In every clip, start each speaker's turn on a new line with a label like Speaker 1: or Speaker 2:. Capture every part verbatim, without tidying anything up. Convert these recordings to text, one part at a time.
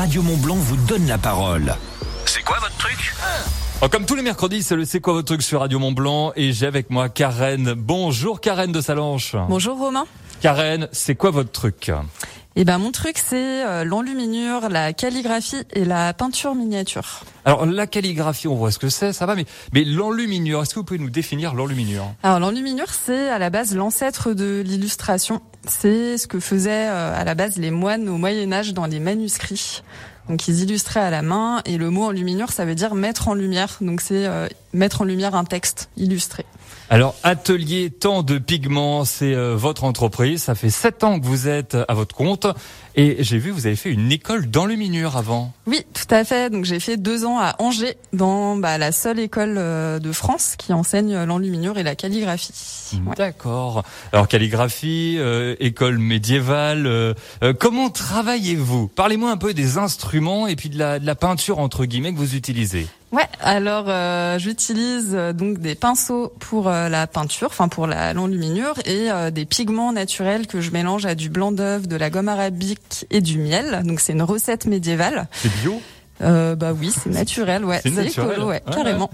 Speaker 1: Radio Mont-Blanc vous donne la parole.
Speaker 2: C'est quoi votre truc ?
Speaker 3: Oh, comme tous les mercredis, c'est le C'est quoi votre truc sur Radio Mont-Blanc et j'ai avec moi Karen. Bonjour Karen de Salanches.
Speaker 4: Bonjour Romain.
Speaker 3: Karen, c'est quoi votre truc ?
Speaker 4: Eh ben mon truc c'est euh, l'enluminure, la calligraphie et la peinture miniature.
Speaker 3: Alors la calligraphie, on voit ce que c'est, ça va, mais mais l'enluminure, est-ce que vous pouvez nous définir l'enluminure ?
Speaker 4: Alors l'enluminure c'est à la base l'ancêtre de l'illustration. C'est ce que faisaient euh, à la base les moines au Moyen-Âge dans les manuscrits. Donc ils illustraient à la main et le mot enluminure ça veut dire mettre en lumière. Donc c'est euh, mettre en lumière un texte illustré.
Speaker 3: Alors, Atelier Temps de Pigments, c'est euh, votre entreprise. Ça fait sept ans que vous êtes à votre compte. Et j'ai vu, vous avez fait une école d'enluminure avant.
Speaker 4: Oui, tout à fait. Donc j'ai fait deux ans à Angers, dans bah, la seule école euh, de France qui enseigne l'enluminure et la calligraphie. Ouais.
Speaker 3: D'accord. Alors, calligraphie, euh, école médiévale. Euh, euh, comment travaillez-vous ? Parlez-moi un peu des instruments et puis de la, de la peinture, entre guillemets, que vous utilisez.
Speaker 4: Ouais, alors euh, j'utilise euh, donc des pinceaux pour euh, la peinture, enfin pour la l'enluminure et euh, des pigments naturels que je mélange à du blanc d'œuf, de la gomme arabique et du miel. Donc c'est une recette médiévale.
Speaker 3: C'est bio ?
Speaker 4: Euh, bah oui, c'est naturel, ouais,
Speaker 3: c'est,
Speaker 4: c'est
Speaker 3: naturel.
Speaker 4: écolo, ouais,
Speaker 3: Ah,
Speaker 4: carrément.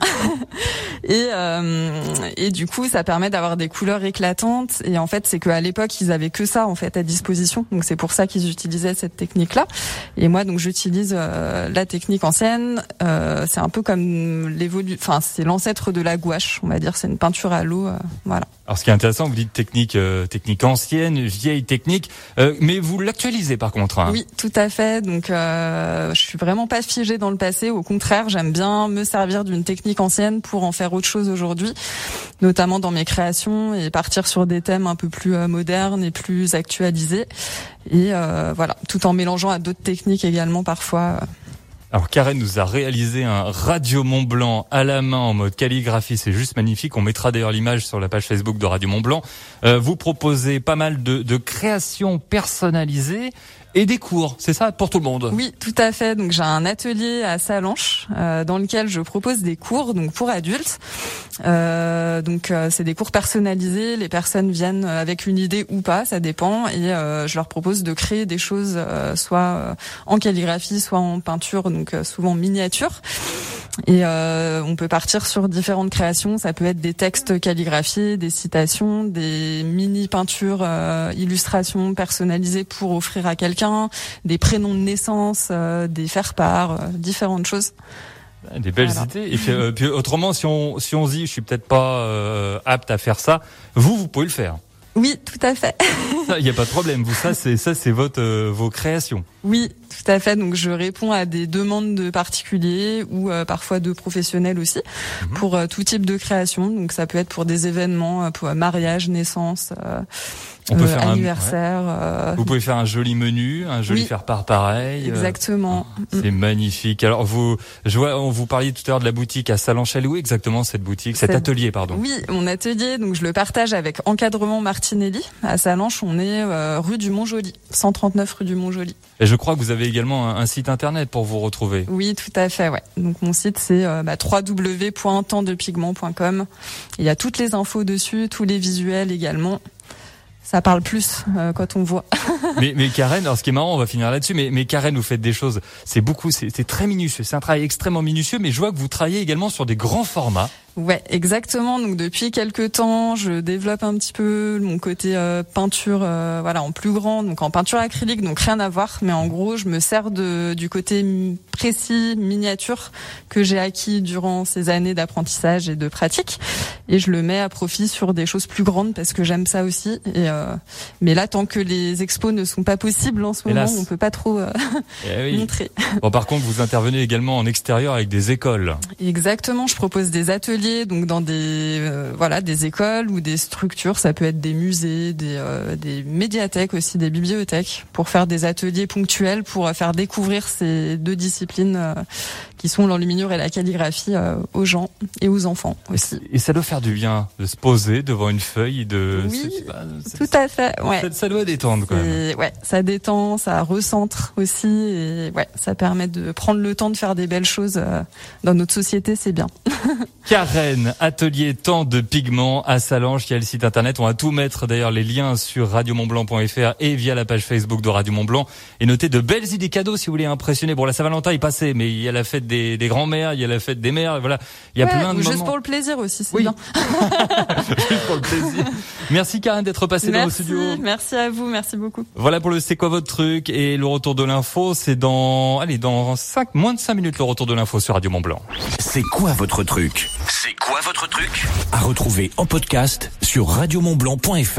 Speaker 4: et euh, et du coup, ça permet d'avoir des couleurs éclatantes. Et en fait, c'est qu'à l'époque, ils avaient que ça en fait à disposition. Donc c'est pour ça qu'ils utilisaient cette technique-là. Et moi, donc j'utilise euh, la technique ancienne. Euh, c'est un peu comme l'évolu, enfin c'est l'ancêtre de la gouache, on va dire. C'est une peinture à l'eau, euh, voilà.
Speaker 3: Alors, ce qui est intéressant, vous dites technique, euh, technique ancienne, vieille technique, euh, mais vous l'actualisez par contre. Hein.
Speaker 4: Oui, tout à fait. Donc, euh, je suis vraiment pas figée dans le passé. Au contraire, j'aime bien me servir d'une technique ancienne pour en faire autre chose aujourd'hui, notamment dans mes créations et partir sur des thèmes un peu plus euh, modernes et plus actualisés. Et euh, voilà, tout en mélangeant à d'autres techniques également parfois.
Speaker 3: Alors Karen nous a réalisé un Radio Mont-Blanc à la main en mode calligraphie, c'est juste magnifique. On mettra d'ailleurs l'image sur la page Facebook de Radio Mont-Blanc. Euh, vous proposez pas mal de, de créations personnalisées et des cours, c'est ça, pour tout le monde ?
Speaker 4: Oui, tout à fait. Donc j'ai un atelier à Salanches euh, dans lequel je propose des cours donc pour adultes. Euh, donc euh, c'est des cours personnalisés. Les personnes viennent avec une idée ou pas, ça dépend. Et euh, je leur propose de créer des choses, euh, soit euh, en calligraphie, soit en peinture, donc euh, souvent miniature. Et euh, on peut partir sur différentes créations. Ça peut être des textes calligraphiés, des citations, des mini peintures, euh, illustrations personnalisées pour offrir à quelqu'un, des prénoms de naissance, euh, des faire-part, euh, différentes choses.
Speaker 3: Des belles
Speaker 4: voilà.
Speaker 3: idées. Et puis, euh, puis autrement, si on si on se dit, je suis peut-être pas euh, apte à faire ça, vous vous pouvez le faire.
Speaker 4: Oui, tout à fait.
Speaker 3: Il n'y a pas de problème. Vous, ça c'est ça c'est votre euh, vos créations.
Speaker 4: Oui, tout à fait. Donc je réponds à des demandes de particuliers ou euh, parfois de professionnels aussi mmh. pour euh, tout type de création. Donc ça peut être pour des événements, euh, pour euh, mariage, naissance, euh,
Speaker 3: On peut
Speaker 4: euh,
Speaker 3: faire
Speaker 4: anniversaire.
Speaker 3: Un, ouais.
Speaker 4: euh...
Speaker 3: Vous pouvez faire un joli menu, un joli
Speaker 4: oui,
Speaker 3: faire-part pareil.
Speaker 4: Exactement.
Speaker 3: Euh, c'est mmh. magnifique. Alors vous, je vois, on vous parliez tout à l'heure de la boutique à Salanches. Où exactement cette boutique, cet
Speaker 4: cette...
Speaker 3: atelier, pardon.
Speaker 4: Oui, mon atelier. Donc je le partage avec Encadrement Martinelli à Salanches. On est euh, rue du Mont-Joli, cent trente-neuf rue du Mont-Joli.
Speaker 3: Et je crois que vous avez également un, un site internet pour vous retrouver.
Speaker 4: Oui, tout à fait, ouais. Donc mon site c'est euh, bah, w w w point temps de pigments point com. Il y a toutes les infos dessus, tous les visuels également. Ça parle plus euh, quand on voit.
Speaker 3: mais, mais Karen, alors ce qui est marrant, on va finir là-dessus, mais, mais Karen, vous faites des choses, c'est beaucoup, c'est, c'est très minutieux, c'est un travail extrêmement minutieux, mais je vois que vous travaillez également sur des grands formats.
Speaker 4: Ouais, exactement. Donc depuis quelques temps, je développe un petit peu mon côté euh, peinture, euh, voilà, en plus grand, donc en peinture acrylique, donc rien à voir. Mais en gros, je me sers de du côté précis, miniature que j'ai acquis durant ces années d'apprentissage et de pratique, et je le mets à profit sur des choses plus grandes parce que j'aime ça aussi. Et euh, mais là, tant que les expos ne sont pas possibles en ce moment, Hélas. on peut pas trop euh,
Speaker 3: eh oui.
Speaker 4: montrer.
Speaker 3: Bon, par contre, vous intervenez également en extérieur avec des écoles.
Speaker 4: Exactement. Je propose des ateliers. Donc dans des euh, voilà des écoles ou des structures, ça peut être des musées, des euh, des médiathèques aussi, des bibliothèques, pour faire des ateliers ponctuels pour faire découvrir ces deux disciplines euh, qui sont l'enluminure et la calligraphie euh, aux gens et aux enfants aussi.
Speaker 3: Et ça doit faire du bien de se poser devant une feuille, de.
Speaker 4: Oui,
Speaker 3: c'est, bah, c'est,
Speaker 4: tout à fait. Ouais.
Speaker 3: Ça, ça doit détendre quand même.
Speaker 4: Et, ouais, ça détend, ça recentre aussi, et ouais, ça permet de prendre le temps de faire des belles choses euh, dans notre société, c'est bien.
Speaker 3: Karen, atelier temps de pigments à Sallanches, il y a le site internet, on va tout mettre d'ailleurs les liens sur radio mont blanc point f r et via la page Facebook de Radio Mont-Blanc, et notez de belles idées cadeaux si vous voulez impressionner. Bon, la Saint-Valentin est passée, mais il y a la fête des, des grands-mères, il y a la fête des mères, voilà, il y a
Speaker 4: ouais,
Speaker 3: plein de
Speaker 4: juste
Speaker 3: moments.
Speaker 4: pour le plaisir aussi, c'est
Speaker 3: oui.
Speaker 4: bien.
Speaker 3: Juste pour le plaisir. Merci Karen d'être passée dans le studio.
Speaker 4: Merci à vous, merci beaucoup.
Speaker 3: Voilà pour le C'est quoi votre truc, et le retour de l'info, c'est dans, allez, dans cinq, moins de cinq minutes le retour de l'info sur Radio Mont-Blanc.
Speaker 1: C'est quoi votre truc ? C'est quoi votre truc ? À retrouver en podcast sur radio mont blanc point f r.